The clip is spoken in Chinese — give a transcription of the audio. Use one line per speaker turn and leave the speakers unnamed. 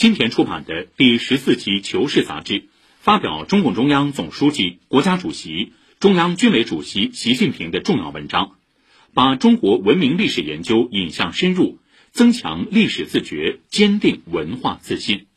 今天出版的第14期《求是》杂志发表中共中央总书记、国家主席、中央军委主席习近平的重要文章，把中国文明历史研究引向深入，增强历史自觉，坚定文化自信。